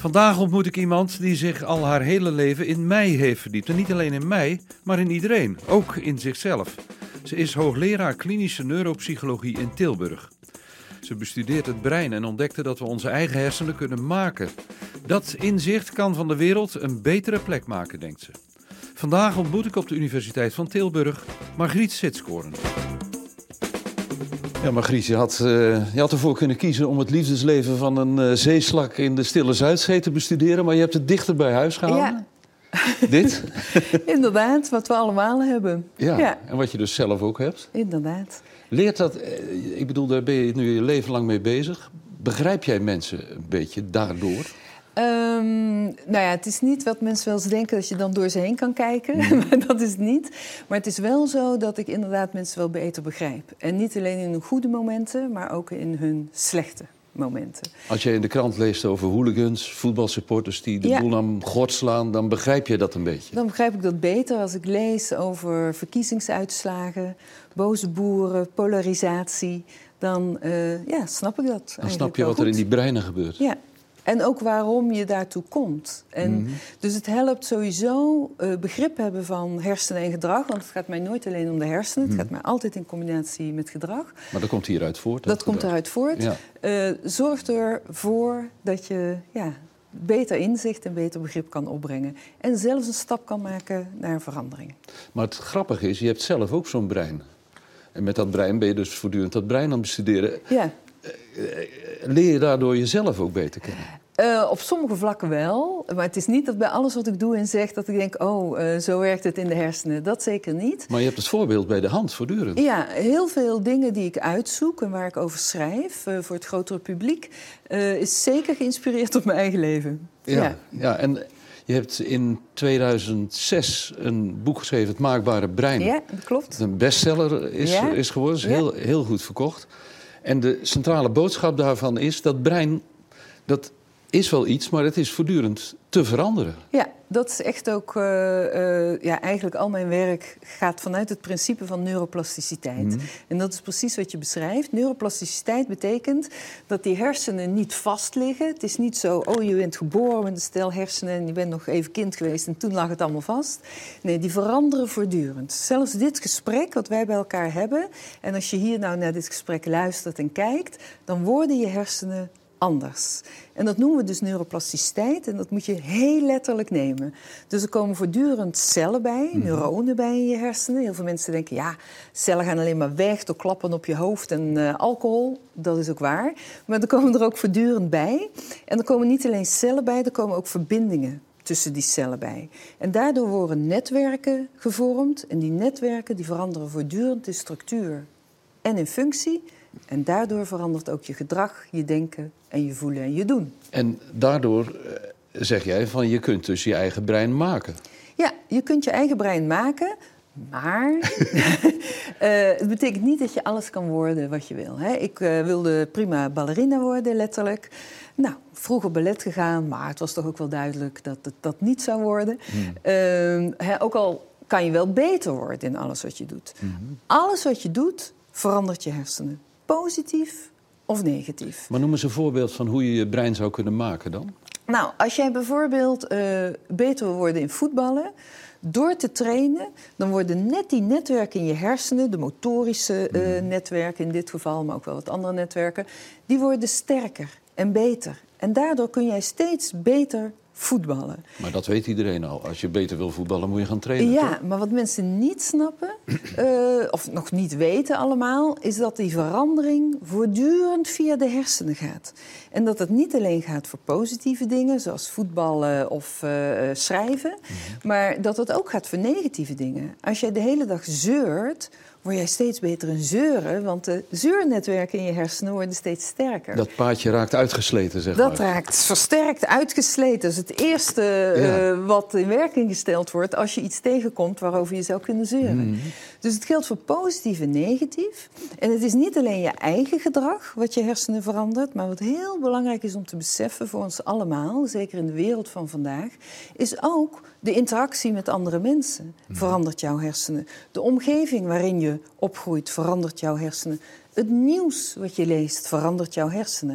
Vandaag ontmoet ik iemand die zich al haar hele leven in mij heeft verdiept. En niet alleen in mij, maar in iedereen, ook in zichzelf. Ze is hoogleraar klinische neuropsychologie in Tilburg. Ze bestudeert het brein en ontdekte dat we onze eigen hersenen kunnen maken. Dat inzicht kan van de wereld een betere plek maken, denkt ze. Vandaag ontmoet ik op de Universiteit van Tilburg Margriet Sitskoren. Ja, Margriet, je had ervoor kunnen kiezen om het liefdesleven van een zeeslak in de Stille Zuidzee te bestuderen, maar je hebt het dichter bij huis gehouden. Ja. Dit? Inderdaad, wat we allemaal hebben. Ja, en wat je dus zelf ook hebt. Inderdaad. Leert dat, ik bedoel, daar ben je nu je leven lang mee bezig. Begrijp jij mensen een beetje daardoor? Nou ja, het is niet wat mensen wel eens denken dat je dan door ze heen kan kijken. Maar dat is het niet. Maar het is wel zo dat ik inderdaad mensen wel beter begrijp. En niet alleen in hun goede momenten, maar ook in hun slechte momenten. Als je in de krant leest over hooligans, voetbalsupporters die de boel aan gort slaan, dan begrijp je dat een beetje. Dan begrijp ik dat beter als ik lees over verkiezingsuitslagen, boze boeren, polarisatie. Dan snap ik dat. Dan snap je wat er in die breinen gebeurt. Ja. En ook waarom je daartoe komt. En Dus het helpt sowieso begrip hebben van hersenen en gedrag. Want het gaat mij nooit alleen om de hersenen. Het gaat mij altijd in combinatie met gedrag. Maar dat komt hieruit voort? Dat komt eruit voort. Ja. Zorg ervoor dat je beter inzicht en beter begrip kan opbrengen. En zelfs een stap kan maken naar verandering. Maar het grappige is, je hebt zelf ook zo'n brein. En met dat brein ben je dus voortdurend dat brein aan het bestuderen. Ja. Leer je daardoor jezelf ook beter kennen? Op sommige vlakken wel. Maar het is niet dat bij alles wat ik doe en zeg dat ik denk, zo werkt het in de hersenen. Dat zeker niet. Maar je hebt het voorbeeld bij de hand voortdurend. Ja, heel veel dingen die ik uitzoek en waar ik over schrijf voor het grotere publiek, is zeker geïnspireerd op mijn eigen leven. Ja, en je hebt in 2006 een boek geschreven, Het Maakbare Brein. Ja, dat klopt. Een bestseller is geworden, is heel goed verkocht. En de centrale boodschap daarvan is dat brein, dat is wel iets, maar het is voortdurend te veranderen. Ja, dat is echt ook, eigenlijk al mijn werk gaat vanuit het principe van neuroplasticiteit. En dat is precies wat je beschrijft. Neuroplasticiteit betekent dat die hersenen niet vast liggen. Het is niet zo, je bent geboren met een stel hersenen en je bent nog even kind geweest en toen lag het allemaal vast. Nee, die veranderen voortdurend. Zelfs dit gesprek wat wij bij elkaar hebben, en als je hier nou naar dit gesprek luistert en kijkt, dan worden je hersenen anders. En dat noemen we dus neuroplasticiteit en dat moet je heel letterlijk nemen. Dus er komen voortdurend cellen bij, neuronen bij in je hersenen. Heel veel mensen denken, cellen gaan alleen maar weg door klappen op je hoofd en alcohol. Dat is ook waar. Maar er komen er ook voortdurend bij. En er komen niet alleen cellen bij, er komen ook verbindingen tussen die cellen bij. En daardoor worden netwerken gevormd. En die netwerken die veranderen voortdurend in structuur en in functie. En daardoor verandert ook je gedrag, je denken en je voelen en je doen. En daardoor zeg jij van je kunt dus je eigen brein maken. Ja, je kunt je eigen brein maken, maar het betekent niet dat je alles kan worden wat je wil. Hè? Ik wilde prima ballerina worden, letterlijk. Nou, vroeger ballet gegaan, maar het was toch ook wel duidelijk dat het dat niet zou worden. Ook al kan je wel beter worden in alles wat je doet. Alles wat je doet verandert je hersenen. Positief of negatief. Maar noem eens een voorbeeld van hoe je je brein zou kunnen maken dan. Nou, als jij bijvoorbeeld beter wil worden in voetballen, door te trainen, dan worden net die netwerken in je hersenen, de motorische netwerken in dit geval, maar ook wel wat andere netwerken, die worden sterker en beter. En daardoor kun jij steeds beter voetballen. Maar dat weet iedereen al. Als je beter wil voetballen, moet je gaan trainen, Ja, toch? Maar wat mensen niet snappen, of nog niet weten allemaal, is dat die verandering voortdurend via de hersenen gaat. En dat het niet alleen gaat voor positieve dingen, zoals voetballen of schrijven, maar dat het ook gaat voor negatieve dingen. Als jij de hele dag zeurt, word jij steeds beter in zeuren, want de zeurnetwerken in je hersenen worden steeds sterker. Dat paadje raakt uitgesleten, zeg maar. Dat raakt versterkt uitgesleten. Dat is het eerste wat in werking gesteld wordt als je iets tegenkomt waarover je zou kunnen zeuren. Dus het geldt voor positief en negatief. En het is niet alleen je eigen gedrag wat je hersenen verandert, maar wat heel belangrijk is om te beseffen voor ons allemaal, zeker in de wereld van vandaag, is ook de interactie met andere mensen verandert jouw hersenen. De omgeving waarin je opgroeit verandert jouw hersenen. Het nieuws wat je leest verandert jouw hersenen.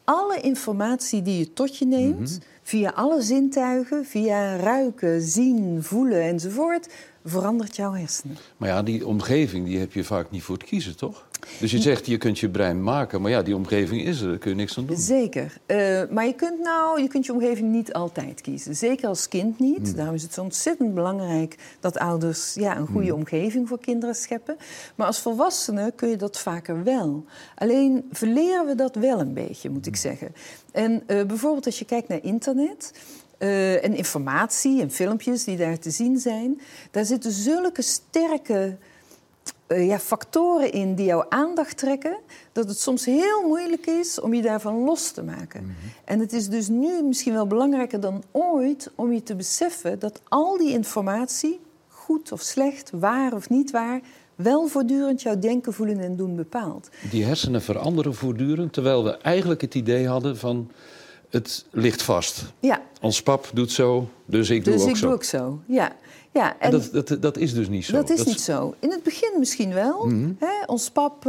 alle informatie die je tot je neemt, via alle zintuigen, via ruiken, zien, voelen enzovoort, verandert jouw hersenen. Maar ja, die omgeving die heb je vaak niet voor het kiezen, toch? Dus je zegt, je kunt je brein maken, maar ja, die omgeving is er, daar kun je niks aan doen. Zeker. Maar je kunt je omgeving niet altijd kiezen. Zeker als kind niet. Daarom is het zo ontzettend belangrijk dat ouders een goede omgeving voor kinderen scheppen. Maar als volwassene kun je dat vaker wel. Alleen verleren we dat wel een beetje, moet ik zeggen. En bijvoorbeeld als je kijkt naar internet en informatie en filmpjes die daar te zien zijn, daar zitten zulke sterke factoren in die jouw aandacht trekken, dat het soms heel moeilijk is om je daarvan los te maken. En het is dus nu misschien wel belangrijker dan ooit om je te beseffen dat al die informatie, goed of slecht, waar of niet waar, wel voortdurend jouw denken, voelen en doen bepaalt. Die hersenen veranderen voortdurend, terwijl we eigenlijk het idee hadden van het ligt vast. Ja. Ons pap doet zo, dus ik doe ook zo. Dus ik doe ook zo, ja. Ja, en dat is dus niet zo. Dat is niet zo. In het begin misschien wel. Hè? Ons pap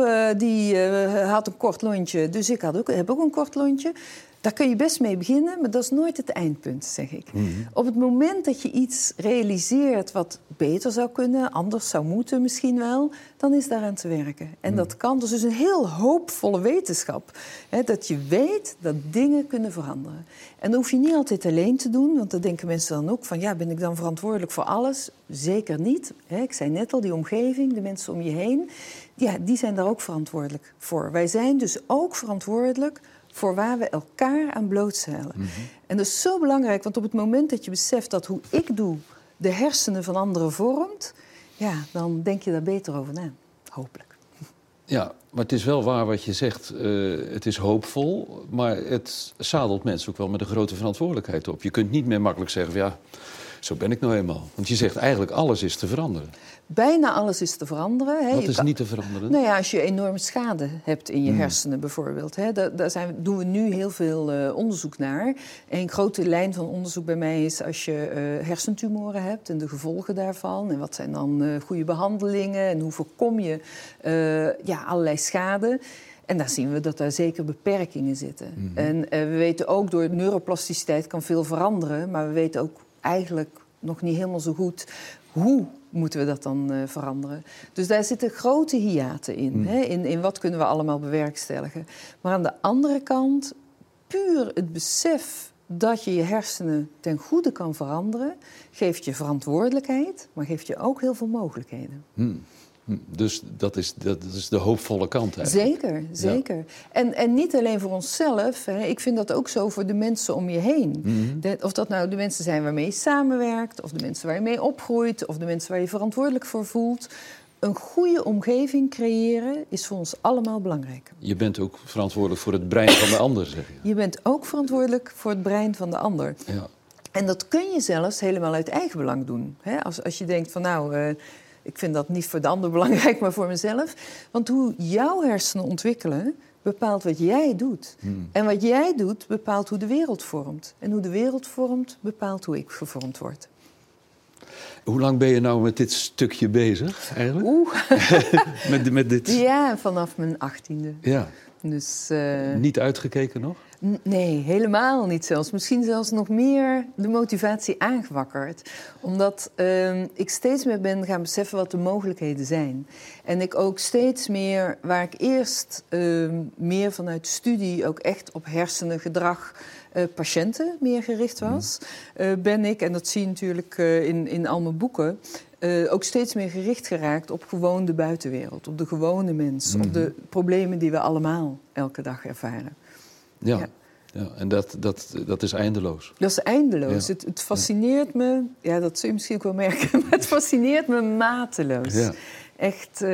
had een kort lontje, dus ik heb ook een kort lontje. Daar kun je best mee beginnen, maar dat is nooit het eindpunt, zeg ik. Op het moment dat je iets realiseert wat beter zou kunnen, anders zou moeten misschien wel, dan is daaraan te werken. En dat kan. Dat is dus een heel hoopvolle wetenschap. Hè, dat je weet dat dingen kunnen veranderen. En dat hoef je niet altijd alleen te doen, want dan denken mensen dan ook van, ben ik dan verantwoordelijk voor alles? Zeker niet. Hè, ik zei net al, die omgeving, de mensen om je heen, die zijn daar ook verantwoordelijk voor. Wij zijn dus ook verantwoordelijk voor waar we elkaar aan blootstellen. En dat is zo belangrijk, want op het moment dat je beseft dat hoe ik doe de hersenen van anderen vormt, dan denk je daar beter over na. Hopelijk. Ja, maar het is wel waar wat je zegt. Het is hoopvol, maar het zadelt mensen ook wel met een grote verantwoordelijkheid op. Je kunt niet meer makkelijk zeggen, zo ben ik nou eenmaal. Want je zegt eigenlijk alles is te veranderen. Bijna alles is te veranderen. Hè. Wat is niet te veranderen? Nou ja, als je enorme schade hebt in je hersenen bijvoorbeeld. Hè, daar doen we nu heel veel onderzoek naar. Een grote lijn van onderzoek bij mij is als je hersentumoren hebt en de gevolgen daarvan. En wat zijn dan goede behandelingen en hoe voorkom je allerlei schade. En daar zien we dat daar zeker beperkingen zitten. En we weten ook door neuroplasticiteit kan veel veranderen. Maar we weten ook eigenlijk nog niet helemaal zo goed hoe moeten we dat dan veranderen. Dus daar zitten grote hiaten in. Hè? In wat kunnen we allemaal bewerkstelligen. Maar aan de andere kant, puur het besef dat je je hersenen ten goede kan veranderen, geeft je verantwoordelijkheid, maar geeft je ook heel veel mogelijkheden. Dus dat is de hoopvolle kant eigenlijk. Zeker. Ja. En niet alleen voor onszelf. Hè. Ik vind dat ook zo voor de mensen om je heen. Of dat nou de mensen zijn waarmee je samenwerkt, of de mensen waar je mee opgroeit, of de mensen waar je verantwoordelijk voor voelt. Een goede omgeving creëren is voor ons allemaal belangrijk. Je bent ook verantwoordelijk voor het brein van de ander, zeg je. Je bent ook verantwoordelijk voor het brein van de ander. Ja. En dat kun je zelfs helemaal uit eigen belang doen. Hè. Als je denkt van ik vind dat niet voor de ander belangrijk, maar voor mezelf. Want hoe jouw hersenen ontwikkelen, bepaalt wat jij doet. En wat jij doet, bepaalt hoe de wereld vormt. En hoe de wereld vormt, bepaalt hoe ik gevormd word. Hoe lang ben je nou met dit stukje bezig, eigenlijk? met dit? Ja, vanaf mijn 18e. Ja. Dus, niet uitgekeken nog? Nee, helemaal niet zelfs. Misschien zelfs nog meer de motivatie aangewakkerd. Omdat ik steeds meer ben gaan beseffen wat de mogelijkheden zijn. En ik ook steeds meer, waar ik eerst meer vanuit studie ook echt op hersenen, gedrag, patiënten meer gericht was, ben ik, en dat zie je natuurlijk in al mijn boeken, ook steeds meer gericht geraakt op gewoon de buitenwereld, op de gewone mens, op de problemen die we allemaal elke dag ervaren. Ja, en dat is eindeloos. Dat is eindeloos. Ja. Het fascineert me, dat zul je misschien ook wel merken, maar het fascineert me mateloos. Ja. Echt.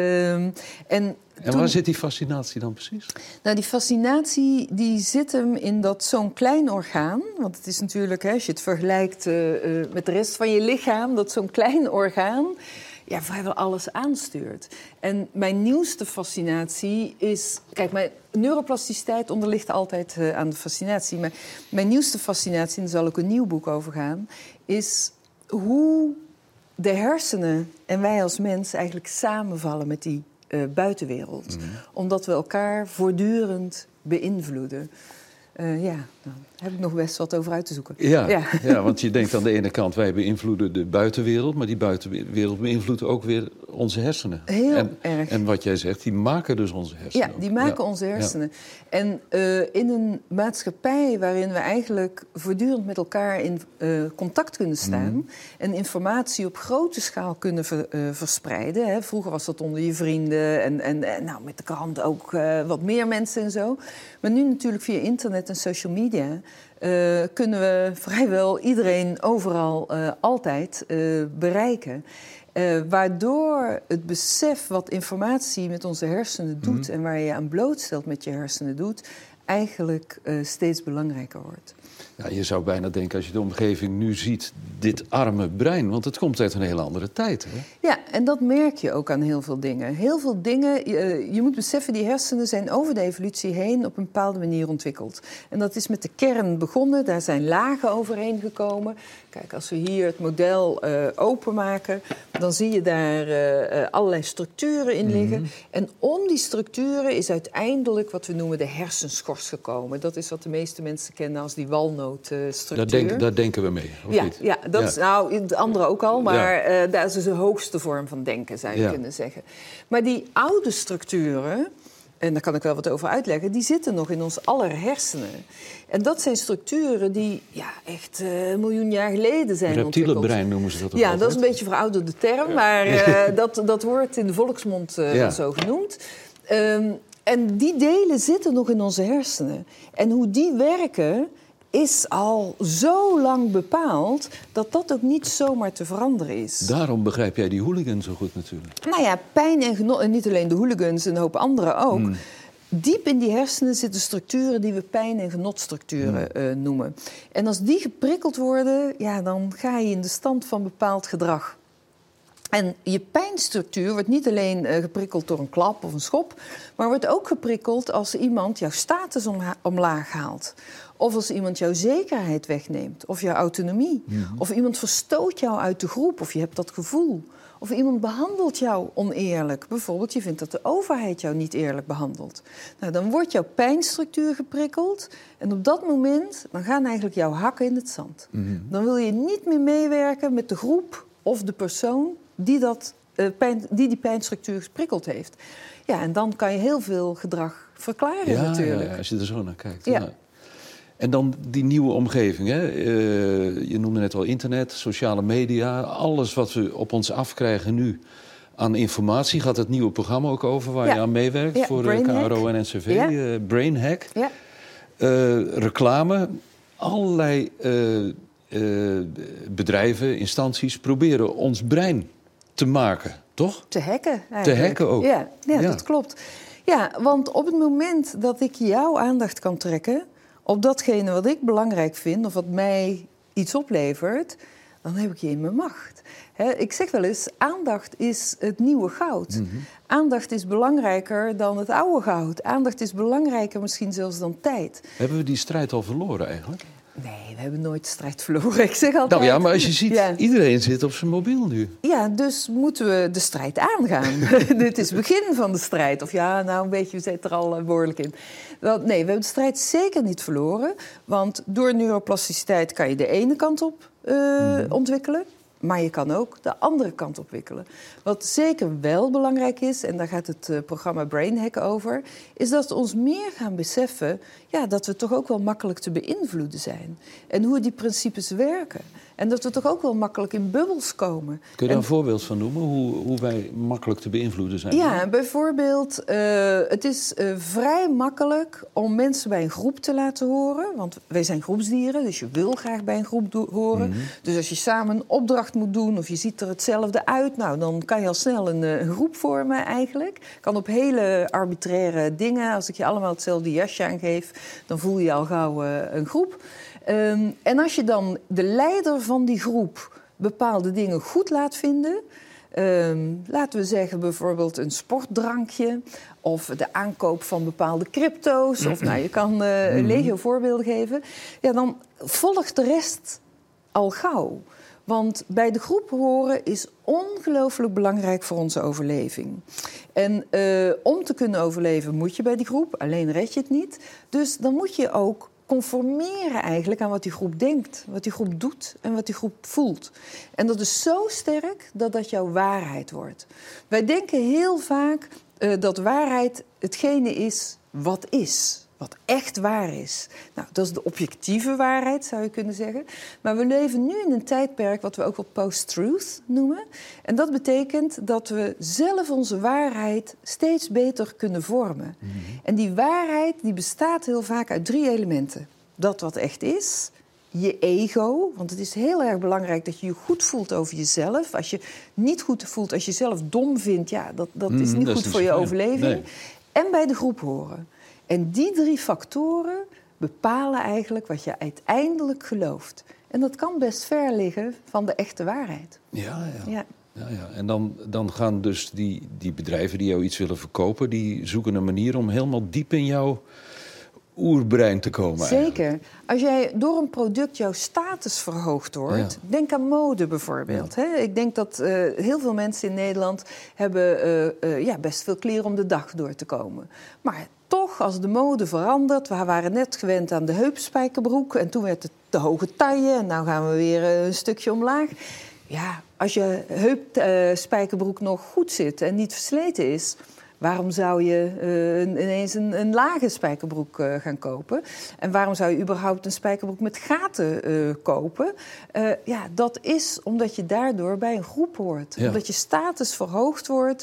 En waar zit die fascinatie dan precies? Nou, die fascinatie die zit hem in dat zo'n klein orgaan, want het is natuurlijk, als je het vergelijkt met de rest van je lichaam, dat zo'n klein orgaan vrijwel alles aanstuurt. En mijn nieuwste fascinatie is, kijk, mijn neuroplasticiteit onderligt altijd aan de fascinatie, maar mijn nieuwste fascinatie, en daar zal ook een nieuw boek over gaan, is hoe de hersenen en wij als mens eigenlijk samenvallen met die buitenwereld. Omdat we elkaar voortdurend beïnvloeden. Daar heb ik nog best wat over uit te zoeken. Ja, want je denkt aan de ene kant, wij beïnvloeden de buitenwereld, maar die buitenwereld beïnvloedt ook weer onze hersenen. Heel erg. En wat jij zegt, die maken dus onze hersenen. Ja, die maken onze hersenen. Ja. En in een maatschappij waarin we eigenlijk voortdurend met elkaar in contact kunnen staan en informatie op grote schaal kunnen verspreiden. Hè. Vroeger was dat onder je vrienden en met de krant ook wat meer mensen en zo. Maar nu natuurlijk via internet en social media kunnen we vrijwel iedereen overal altijd bereiken. Waardoor het besef wat informatie met onze hersenen doet en waar je aan blootstelt met je hersenen doet, eigenlijk steeds belangrijker wordt. Ja, je zou bijna denken, als je de omgeving nu ziet, dit arme brein, want het komt uit een hele andere tijd. Hè? Ja, en dat merk je ook aan heel veel dingen. Heel veel dingen, je moet beseffen, die hersenen zijn over de evolutie heen op een bepaalde manier ontwikkeld. En dat is met de kern begonnen, daar zijn lagen overheen gekomen. Kijk, als we hier het model openmaken, dan zie je daar allerlei structuren in liggen. En om die structuren is uiteindelijk wat we noemen de hersenschors gekomen. Dat is wat de meeste mensen kennen als die walnootstructuur. Daar denken we mee, of niet? Ja, dat is, nou, de andere ook al, maar dat is dus de hoogste vorm van denken, zou je kunnen zeggen. Maar die oude structuren, en daar kan ik wel wat over uitleggen, die zitten nog in ons aller hersenen. En dat zijn structuren die echt 1 miljoen jaar geleden zijn ontwikkeld. Reptiele brein noemen ze dat ook. Ja, dat is een beetje een verouderde term, maar dat wordt in de volksmond wel zo genoemd. En die delen zitten nog in onze hersenen. En hoe die werken is al zo lang bepaald dat dat ook niet zomaar te veranderen is. Daarom begrijp jij die hooligans zo goed natuurlijk. Nou ja, pijn en genot, en niet alleen de hooligans, een hoop anderen ook. Diep in die hersenen zitten structuren die we pijn- en genotstructuren noemen. En als die geprikkeld worden, dan ga je in de stand van bepaald gedrag. En je pijnstructuur wordt niet alleen geprikkeld door een klap of een schop, maar wordt ook geprikkeld als iemand jouw status omlaag haalt. Of als iemand jouw zekerheid wegneemt, of jouw autonomie. Of iemand verstoot jou uit de groep, of je hebt dat gevoel. Of iemand behandelt jou oneerlijk. Bijvoorbeeld, je vindt dat de overheid jou niet eerlijk behandelt. Nou, dan wordt jouw pijnstructuur geprikkeld. En op dat moment, dan gaan eigenlijk jouw hakken in het zand. Dan wil je niet meer meewerken met de groep of de persoon die pijnstructuur geprikkeld heeft. Ja, en dan kan je heel veel gedrag verklaren natuurlijk. Ja, als je er zo naar kijkt. Ja. En dan die nieuwe omgeving. Hè? Je noemde net al internet, sociale media. Alles wat we op ons afkrijgen nu aan informatie. Gaat het nieuwe programma ook over waar je aan meewerkt? Voor KRO en NCV. Brain Hack. Ja. Reclame. Allerlei bedrijven, instanties proberen ons brein te maken, toch? Te hacken eigenlijk. Te hacken ook. Ja, dat klopt. Ja, want op het moment dat ik jouw aandacht kan trekken op datgene wat ik belangrijk vind of wat mij iets oplevert, dan heb ik je in mijn macht. Ik zeg wel eens, aandacht is het nieuwe goud. Aandacht is belangrijker dan het oude goud. Aandacht is belangrijker misschien zelfs dan tijd. Hebben we die strijd al verloren eigenlijk? Nee, we hebben nooit de strijd verloren. Ik zeg altijd... Nou ja, maar als je ziet, iedereen zit op zijn mobiel nu. Ja, dus moeten we de strijd aangaan. Dit is het begin van de strijd. Of een beetje, we zitten er al behoorlijk in. Wel, nee, we hebben de strijd zeker niet verloren. Want door neuroplasticiteit kan je de ene kant op ontwikkelen. Maar je kan ook de andere kant opwikkelen. Wat zeker wel belangrijk is, en daar gaat het programma Brain Hack over, is dat we ons meer gaan beseffen dat we toch ook wel makkelijk te beïnvloeden zijn. En hoe die principes werken. En dat we toch ook wel makkelijk in bubbels komen. Kun je daar een voorbeeld van noemen, hoe wij makkelijk te beïnvloeden zijn? Ja, bijvoorbeeld, het is vrij makkelijk om mensen bij een groep te laten horen. Want wij zijn groepsdieren, dus je wil graag bij een groep horen. Dus als je samen een opdracht moet doen of je ziet er hetzelfde uit, dan kan je al snel een groep vormen eigenlijk. Kan op hele arbitraire dingen. Als ik je allemaal hetzelfde jasje aangeef, dan voel je al gauw een groep. En als je dan de leider van die groep bepaalde dingen goed laat vinden, laten we zeggen bijvoorbeeld een sportdrankje of de aankoop van bepaalde crypto's, of je kan legio voorbeelden geven, dan volgt de rest al gauw. Want bij de groep horen is ongelooflijk belangrijk voor onze overleving. En om te kunnen overleven moet je bij die groep, alleen red je het niet. Dus dan moet je ook conformeren eigenlijk aan wat die groep denkt, wat die groep doet en wat die groep voelt. En dat is zo sterk dat dat jouw waarheid wordt. Wij denken heel vaak dat waarheid hetgene is, wat echt waar is. Nou, dat is de objectieve waarheid, zou je kunnen zeggen. Maar we leven nu in een tijdperk wat we ook wel post-truth noemen. En dat betekent dat we zelf onze waarheid steeds beter kunnen vormen. Mm-hmm. En die waarheid die bestaat heel vaak uit 3 elementen. Dat wat echt is, je ego, want het is heel erg belangrijk dat je je goed voelt over jezelf. Als je niet goed voelt, als je jezelf dom vindt, ja, dat is niet goed voor je overleving. Nee. En bij de groep horen. En die 3 factoren bepalen eigenlijk wat je uiteindelijk gelooft. En dat kan best ver liggen van de echte waarheid. Ja. En dan gaan dus die bedrijven die jou iets willen verkopen, die zoeken een manier om helemaal diep in jouw oerbrein te komen. Zeker. Eigenlijk. Als jij door een product jouw status verhoogd wordt, denk aan mode bijvoorbeeld. Ja. Hè? Ik denk dat heel veel mensen in Nederland hebben best veel kleren om de dag door te komen. Maar toch, als de mode verandert, we waren net gewend aan de heupspijkerbroek en toen werd het de hoge taille en nu gaan we weer een stukje omlaag. Ja, als je heupspijkerbroek nog goed zit en niet versleten is, waarom zou je ineens een lage spijkerbroek gaan kopen? En waarom zou je überhaupt een spijkerbroek met gaten kopen? Dat is omdat je daardoor bij een groep hoort. Ja. Omdat je status verhoogd wordt,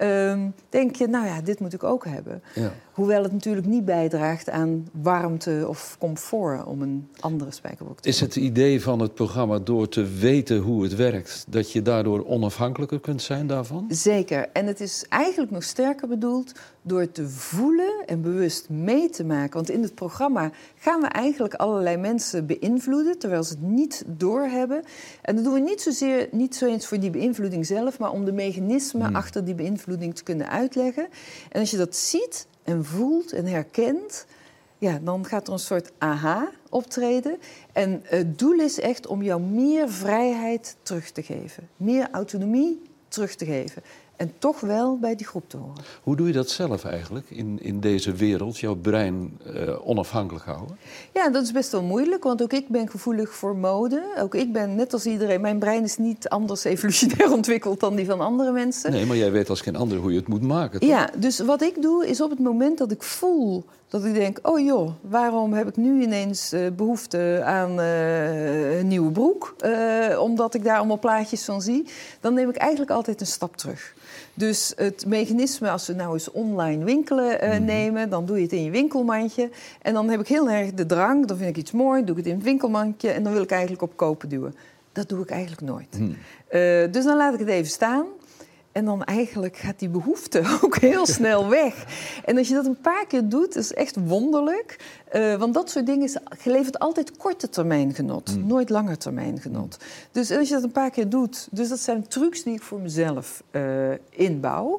denk je, dit moet ik ook hebben. Ja. Hoewel het natuurlijk niet bijdraagt aan warmte of comfort om een andere spijkerbroek te Is het idee van het programma door te weten hoe het werkt, dat je daardoor onafhankelijker kunt zijn daarvan? Zeker. En het is eigenlijk nog sterker bedoeld door te voelen en bewust mee te maken. Want in het programma gaan we eigenlijk allerlei mensen beïnvloeden, terwijl ze het niet doorhebben. En dat doen we niet zo eens voor die beïnvloeding zelf, maar om de mechanismen achter die beïnvloeding te kunnen uitleggen. En als je dat ziet en voelt en herkent, dan gaat er een soort aha optreden. En het doel is echt om jou meer vrijheid terug te geven. Meer autonomie terug te geven. En toch wel bij die groep te horen. Hoe doe je dat zelf eigenlijk in deze wereld, jouw brein onafhankelijk houden? Ja, dat is best wel moeilijk, want ook ik ben gevoelig voor mode. Ook ik ben, net als iedereen, mijn brein is niet anders evolutionair ontwikkeld dan die van andere mensen. Nee, maar jij weet als geen ander hoe je het moet maken, toch? Ja, dus wat ik doe is op het moment dat ik voel dat ik denk, oh joh, waarom heb ik nu ineens behoefte aan een nieuwe broek? Omdat ik daar allemaal plaatjes van zie. Dan neem ik eigenlijk altijd een stap terug. Dus het mechanisme, als we nou eens online winkelen nemen, dan doe je het in je winkelmandje. En dan heb ik heel erg de drang, dan vind ik iets mooi, doe ik het in het winkelmandje en dan wil ik eigenlijk op kopen duwen. Dat doe ik eigenlijk nooit. Dus dan laat ik het even staan. En dan eigenlijk gaat die behoefte ook heel snel weg. En als je dat een paar keer doet, is echt wonderlijk. Want dat soort dingen levert altijd korte termijn genot. Nooit lange termijn genot. Dus als je dat een paar keer doet. Dus dat zijn trucs die ik voor mezelf inbouw.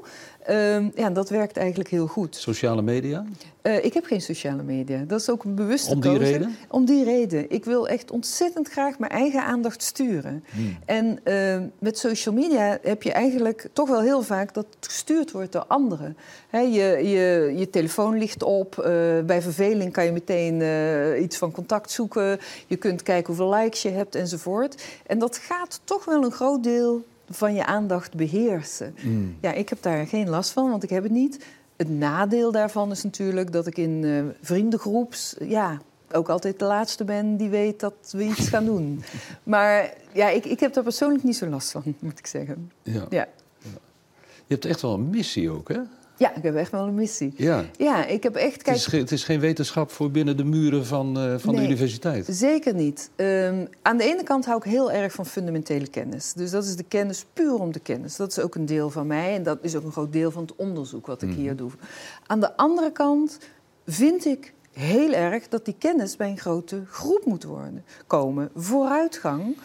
Dat werkt eigenlijk heel goed. Sociale media? Ik heb geen sociale media. Dat is ook een bewuste keuze. Om die reden? Om die reden. Ik wil echt ontzettend graag mijn eigen aandacht sturen. En met social media heb je eigenlijk toch wel heel vaak dat het gestuurd wordt door anderen. Je telefoon ligt op. Bij verveling kan je meteen iets van contact zoeken. Je kunt kijken hoeveel likes je hebt enzovoort. En dat gaat toch wel een groot deel van je aandacht beheersen. Ja, ik heb daar geen last van, want ik heb het niet. Het nadeel daarvan is natuurlijk dat ik in vriendengroeps ook altijd de laatste ben die weet dat we iets gaan doen. Maar ik heb daar persoonlijk niet zo last van, moet ik zeggen. Ja. Je hebt echt wel een missie ook, hè? Ja, ik heb echt wel een missie. Ja, ik heb echt... Kijk, het is geen wetenschap voor binnen de muren van de universiteit. Zeker niet. Aan de ene kant hou ik heel erg van fundamentele kennis. Dus dat is de kennis puur om de kennis. Dat is ook een deel van mij en dat is ook een groot deel van het onderzoek wat ik hier doe. Aan de andere kant vind ik heel erg dat die kennis bij een grote groep moet komen. Vooruitgang,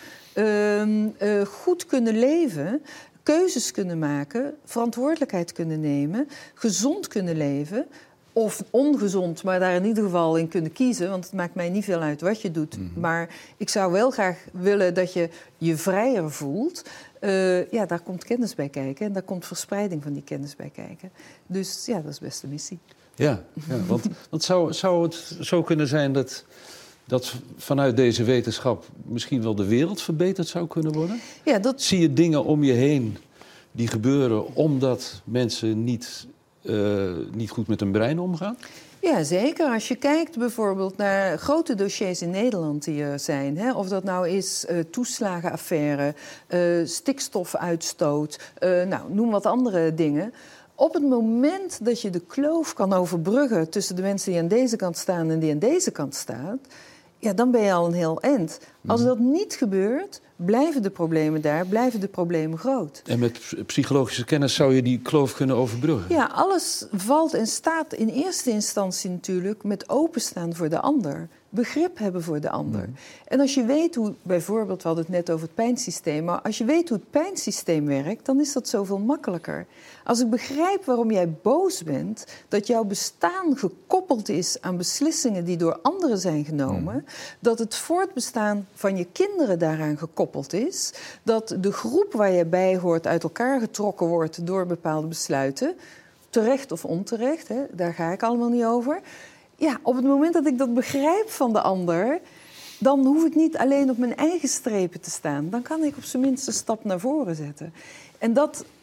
goed kunnen leven, keuzes kunnen maken, verantwoordelijkheid kunnen nemen, gezond kunnen leven of ongezond, maar daar in ieder geval in kunnen kiezen, want het maakt mij niet veel uit wat je doet. Maar ik zou wel graag willen dat je je vrijer voelt. Daar komt kennis bij kijken en daar komt verspreiding van die kennis bij kijken. Dus dat is best een missie. Ja, want zou het zo kunnen zijn dat vanuit deze wetenschap misschien wel de wereld verbeterd zou kunnen worden? Ja, Zie je dingen om je heen die gebeuren omdat mensen niet goed met hun brein omgaan? Ja, zeker. Als je kijkt bijvoorbeeld naar grote dossiers in Nederland die er zijn, hè, of dat nou is toeslagenaffaire, stikstofuitstoot, noem wat andere dingen. Op het moment dat je de kloof kan overbruggen tussen de mensen die aan deze kant staan en die aan deze kant staan, ja, dan ben je al een heel eind. Als dat niet gebeurt, blijven de problemen daar, blijven de problemen groot. En met psychologische kennis zou je die kloof kunnen overbruggen? Ja, alles valt en staat in eerste instantie natuurlijk met openstaan voor de ander. Begrip hebben voor de ander. En als je weet hoe, bijvoorbeeld, we hadden het net over het pijnsysteem, maar als je weet hoe het pijnsysteem werkt, dan is dat zoveel makkelijker. Als ik begrijp waarom jij boos bent, dat jouw bestaan gekoppeld is aan beslissingen die door anderen zijn genomen, dat het voortbestaan van je kinderen daaraan gekoppeld is, dat de groep waar je bij hoort uit elkaar getrokken wordt door bepaalde besluiten, terecht of onterecht, hè, daar ga ik allemaal niet over. Ja, op het moment dat ik dat begrijp van de ander, dan hoef ik niet alleen op mijn eigen strepen te staan. Dan kan ik op zijn minst een stap naar voren zetten. En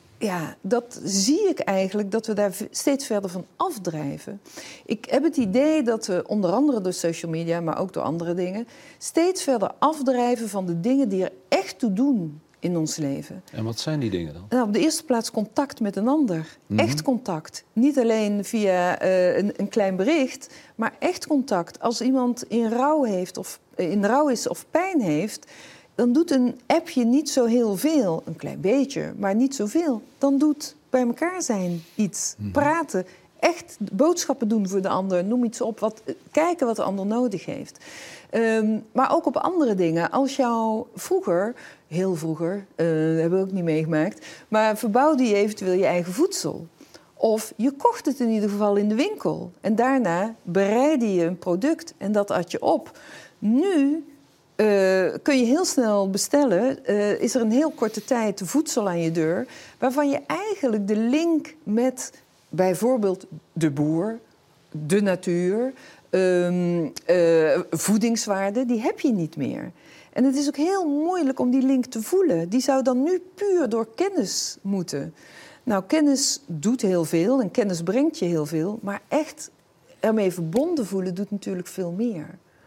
dat zie ik eigenlijk, dat we daar steeds verder van afdrijven. Ik heb het idee dat we, onder andere door social media, maar ook door andere dingen, steeds verder afdrijven van de dingen die er echt toe doen in ons leven. En wat zijn die dingen dan? Nou, op de eerste plaats contact met een ander. Echt contact. Niet alleen via een klein bericht, maar echt contact. Als iemand in rouw is of pijn heeft, dan doet een appje niet zo heel veel. Een klein beetje, maar niet zoveel. Dan doet bij elkaar zijn iets. Praten. Echt boodschappen doen voor de ander. Noem iets op. Kijken wat de ander nodig heeft. Maar ook op andere dingen. Als jou vroeger, heel vroeger, dat hebben we ook niet meegemaakt, maar verbouwde je eventueel je eigen voedsel. Of je kocht het in ieder geval in de winkel. En daarna bereidde je een product en dat at je op. Nu kun je heel snel bestellen, is er een heel korte tijd voedsel aan je deur, waarvan je eigenlijk de link met bijvoorbeeld de boer, de natuur, voedingswaarde, die heb je niet meer. En het is ook heel moeilijk om die link te voelen. Die zou dan nu puur door kennis moeten. Nou, kennis doet heel veel en kennis brengt je heel veel, maar echt ermee verbonden voelen doet natuurlijk veel meer.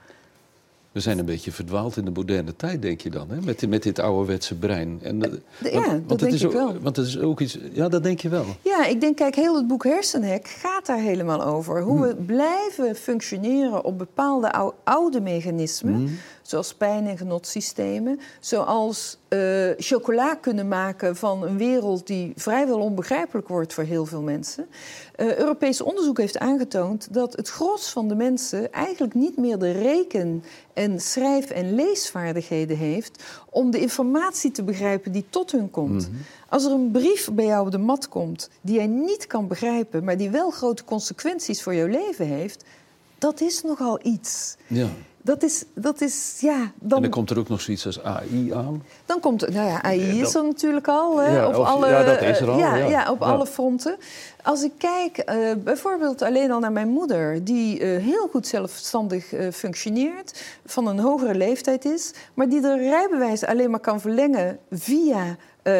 We zijn een beetje verdwaald in de moderne tijd, denk je dan, hè? Met dit ouderwetse brein. Dat denk ik wel. Want het is ook iets. Ja, dat denk je wel. Ja, ik denk, kijk, heel het boek Hersenhek gaat daar helemaal over. Hoe we blijven functioneren op bepaalde oude mechanismen, zoals pijn- en genotsystemen, zoals chocola kunnen maken van een wereld die vrijwel onbegrijpelijk wordt voor heel veel mensen. Europees onderzoek heeft aangetoond dat het gros van de mensen eigenlijk niet meer de reken- en schrijf- en leesvaardigheden heeft om de informatie te begrijpen die tot hun komt. Als er een brief bij jou op de mat komt die jij niet kan begrijpen, maar die wel grote consequenties voor jouw leven heeft, dat is nogal iets. Ja. Dat is, ja... Dan, en dan komt er ook nog zoiets als AI aan. Dan komt, AI is er natuurlijk al. Hè, ja, dat is er al. Op alle fronten. Als ik kijk, bijvoorbeeld alleen al naar mijn moeder, die heel goed zelfstandig functioneert, van een hogere leeftijd is, maar die de rijbewijs alleen maar kan verlengen via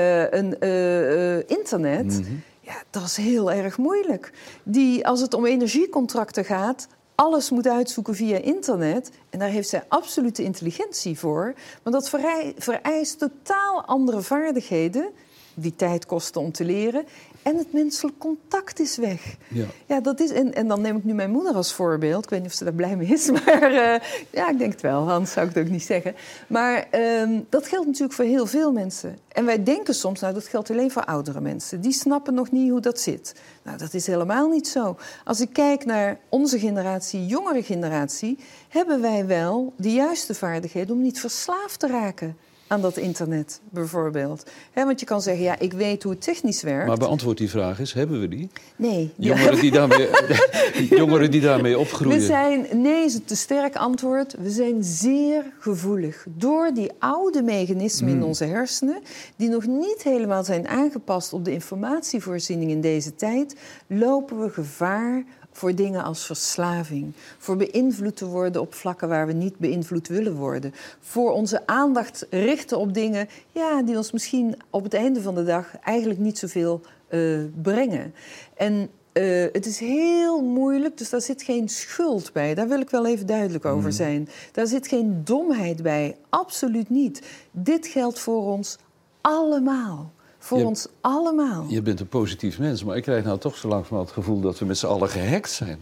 internet. Ja, dat is heel erg moeilijk. Die, als het om energiecontracten gaat, alles moet uitzoeken via internet. En daar heeft zij absolute intelligentie voor. Maar dat vereist totaal andere vaardigheden, die tijd kosten om te leren. En het menselijk contact is weg. Ja, dat is, en dan neem ik nu mijn moeder als voorbeeld. Ik weet niet of ze daar blij mee is, maar ik denk het wel. Anders zou ik het ook niet zeggen. Maar dat geldt natuurlijk voor heel veel mensen. En wij denken soms, dat geldt alleen voor oudere mensen. Die snappen nog niet hoe dat zit. Nou, dat is helemaal niet zo. Als ik kijk naar onze generatie, jongere generatie, hebben wij wel de juiste vaardigheden om niet verslaafd te raken aan dat internet, bijvoorbeeld. Want je kan zeggen, ja, ik weet hoe het technisch werkt. Maar beantwoord die vraag eens, hebben we die? Nee. Jongeren die daarmee opgroeien. Nee is het te sterk antwoord. We zijn zeer gevoelig. Door die oude mechanismen in onze hersenen, die nog niet helemaal zijn aangepast op de informatievoorziening in deze tijd, lopen we gevaar voor dingen als verslaving. Voor beïnvloed te worden op vlakken waar we niet beïnvloed willen worden. Voor onze aandacht richten op dingen die ons misschien op het einde van de dag eigenlijk niet zoveel brengen. En het is heel moeilijk, dus daar zit geen schuld bij. Daar wil ik wel even duidelijk over zijn. Daar zit geen domheid bij, absoluut niet. Dit geldt voor ons allemaal. Ons allemaal. Je bent een positief mens, maar ik krijg nou toch zo langzamerhand het gevoel dat we met z'n allen gehackt zijn.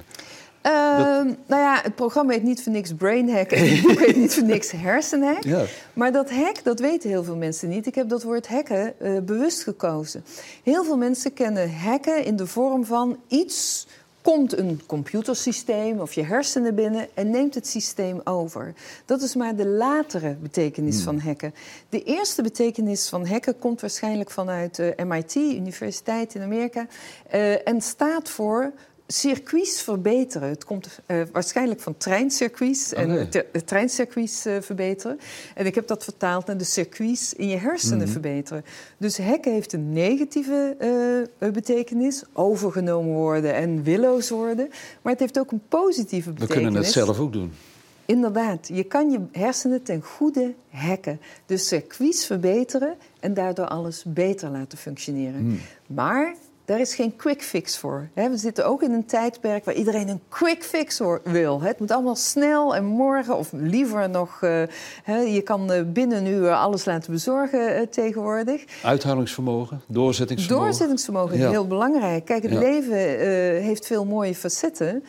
Het programma heet niet voor niks brainhack en het boek heet niet voor niks hersenhack. Ja. Maar dat hack, dat weten heel veel mensen niet. Ik heb dat woord hacken bewust gekozen. Heel veel mensen kennen hacken in de vorm van iets komt een computersysteem of je hersenen binnen en neemt het systeem over. Dat is maar de latere betekenis van hacken. De eerste betekenis van hacken komt waarschijnlijk vanuit MIT, Universiteit in Amerika, en staat voor circuits verbeteren. Het komt waarschijnlijk van treincircuits en treincircuits verbeteren. En ik heb dat vertaald naar de circuits in je hersenen verbeteren. Dus hacken heeft een negatieve betekenis, overgenomen worden en willoos worden. Maar het heeft ook een positieve betekenis. We kunnen het zelf ook doen. Inderdaad, je kan je hersenen ten goede hacken. Dus circuits verbeteren en daardoor alles beter laten functioneren. Maar daar is geen quick fix voor. We zitten ook in een tijdperk waar iedereen een quick fix wil. Het moet allemaal snel en morgen, of liever nog, je kan binnen een uur alles laten bezorgen tegenwoordig. Uithoudingsvermogen, doorzettingsvermogen. Doorzettingsvermogen is heel belangrijk. Kijk, het leven heeft veel mooie facetten.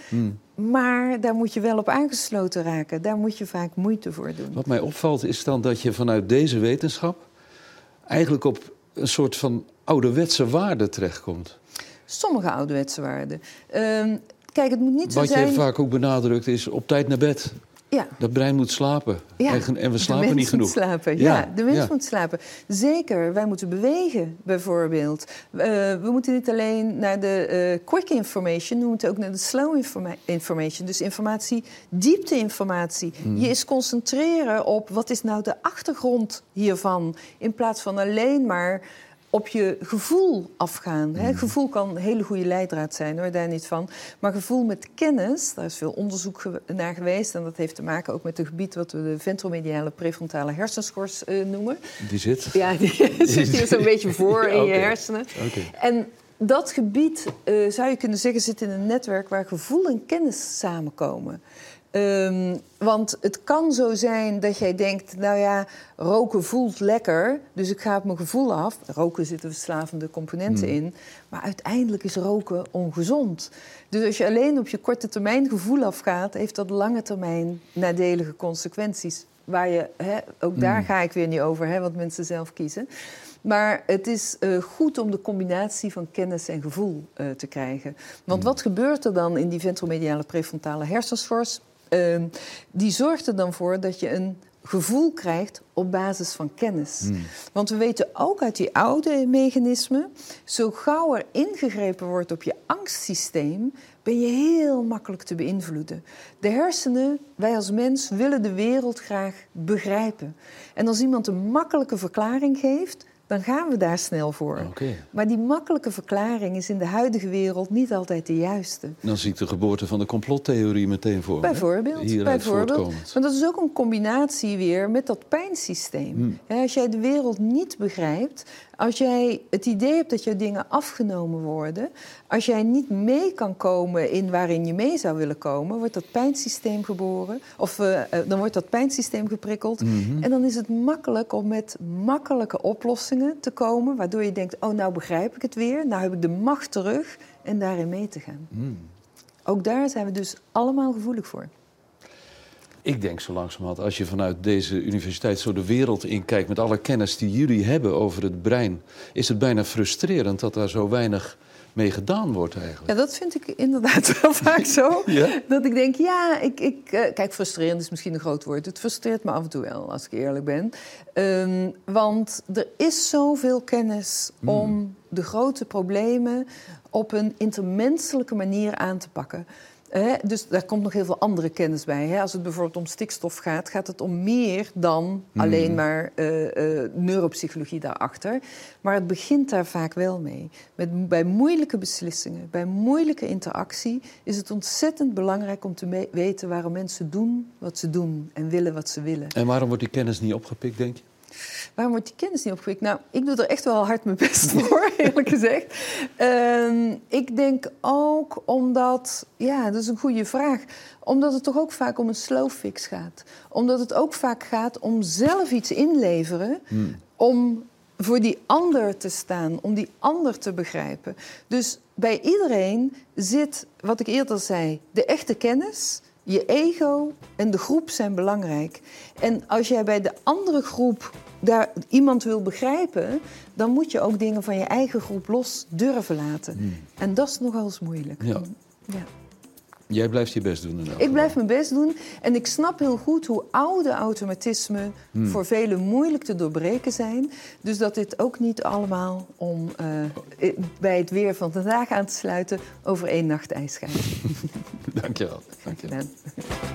Maar daar moet je wel op aangesloten raken. Daar moet je vaak moeite voor doen. Wat mij opvalt is dan dat je vanuit deze wetenschap eigenlijk op een soort van ouderwetse waarden terechtkomt. Sommige ouderwetse waarden. Kijk, het moet niet zo zijn. Wat je vaak ook benadrukt is op tijd naar bed. Ja. Dat brein moet slapen. Ja. En we slapen niet genoeg. Slapen. De mens moet slapen. Zeker, wij moeten bewegen bijvoorbeeld. We moeten niet alleen naar de quick information, we moeten ook naar de slow information. Dus informatie, diepte-informatie. Je eens concentreren op wat is nou de achtergrond hiervan, in plaats van alleen maar op je gevoel afgaan. Gevoel kan een hele goede leidraad zijn, hoor, daar niet van. Maar gevoel met kennis, daar is veel onderzoek naar geweest. En dat heeft te maken ook met het gebied wat we de ventromediale prefrontale hersenschors noemen. Die zit? Ja, die zit hier zo'n beetje voor in je hersenen. En dat gebied, zou je kunnen zeggen, zit in een netwerk waar gevoel en kennis samenkomen. Want het kan zo zijn dat jij denkt, roken voelt lekker, dus ik ga op mijn gevoel af. Roken zitten verslavende componenten in, maar uiteindelijk is roken ongezond. Dus als je alleen op je korte termijn gevoel afgaat, heeft dat lange termijn nadelige consequenties. Waar je, ook daar ga ik weer niet over, wat mensen zelf kiezen. Maar het is goed om de combinatie van kennis en gevoel te krijgen. Want wat gebeurt er dan in die ventromediale prefrontale hersenschors? Die zorgt er dan voor dat je een gevoel krijgt op basis van kennis. Want we weten ook uit die oude mechanismen, zo gauw er ingegrepen wordt op je angstsysteem, ben je heel makkelijk te beïnvloeden. De hersenen, wij als mens, willen de wereld graag begrijpen. En als iemand een makkelijke verklaring geeft, dan gaan we daar snel voor. Maar die makkelijke verklaring is in de huidige wereld niet altijd de juiste. Dan zie ik de geboorte van de complottheorie meteen voor. Bijvoorbeeld. Maar dat is ook een combinatie weer met dat pijnsysteem. Als jij de wereld niet begrijpt, als jij het idee hebt dat je dingen afgenomen worden, als jij niet mee kan komen in waarin je mee zou willen komen, wordt dat pijnsysteem geboren, of dan wordt dat pijnsysteem geprikkeld. En dan is het makkelijk om met makkelijke oplossingen te komen, waardoor je denkt, nou begrijp ik het weer, nou heb ik de macht terug en daarin mee te gaan. Ook daar zijn we dus allemaal gevoelig voor. Ik denk zo langzamerhand, als je vanuit deze universiteit zo de wereld inkijkt met alle kennis die jullie hebben over het brein, is het bijna frustrerend dat daar zo weinig mee gedaan wordt eigenlijk. Ja, dat vind ik inderdaad wel vaak zo. Dat ik denk, kijk, frustrerend is misschien een groot woord. Het frustreert me af en toe wel, als ik eerlijk ben. Want er is zoveel kennis om de grote problemen op een intermenselijke manier aan te pakken. Dus daar komt nog heel veel andere kennis bij. Hè? Als het bijvoorbeeld om stikstof gaat, gaat het om meer dan alleen maar neuropsychologie daarachter. Maar het begint daar vaak wel mee. Bij moeilijke beslissingen, bij moeilijke interactie is het ontzettend belangrijk om te weten waarom mensen doen wat ze doen en willen wat ze willen. En waarom wordt die kennis niet opgepikt, denk je? Waarom wordt die kennis niet opgepikt? Nou, ik doe er echt wel hard mijn best voor, eerlijk gezegd. Ik denk ook omdat, ja, dat is een goede vraag, omdat het toch ook vaak om een slow fix gaat. Omdat het ook vaak gaat om zelf iets inleveren, om voor die ander te staan, om die ander te begrijpen. Dus bij iedereen zit, wat ik eerder zei, de echte kennis, je ego en de groep zijn belangrijk. En als jij bij de andere groep daar iemand wil begrijpen, dan moet je ook dingen van je eigen groep los durven laten. En dat is nogal eens moeilijk. Ja. Ja. Jij blijft je best doen. Ik blijf mijn best doen en ik snap heel goed hoe oude automatismen voor velen moeilijk te doorbreken zijn. Dus dat dit ook niet allemaal, om bij het weer van vandaag aan te sluiten, over één nacht ijs gaat. Dankjewel. Dankjewel.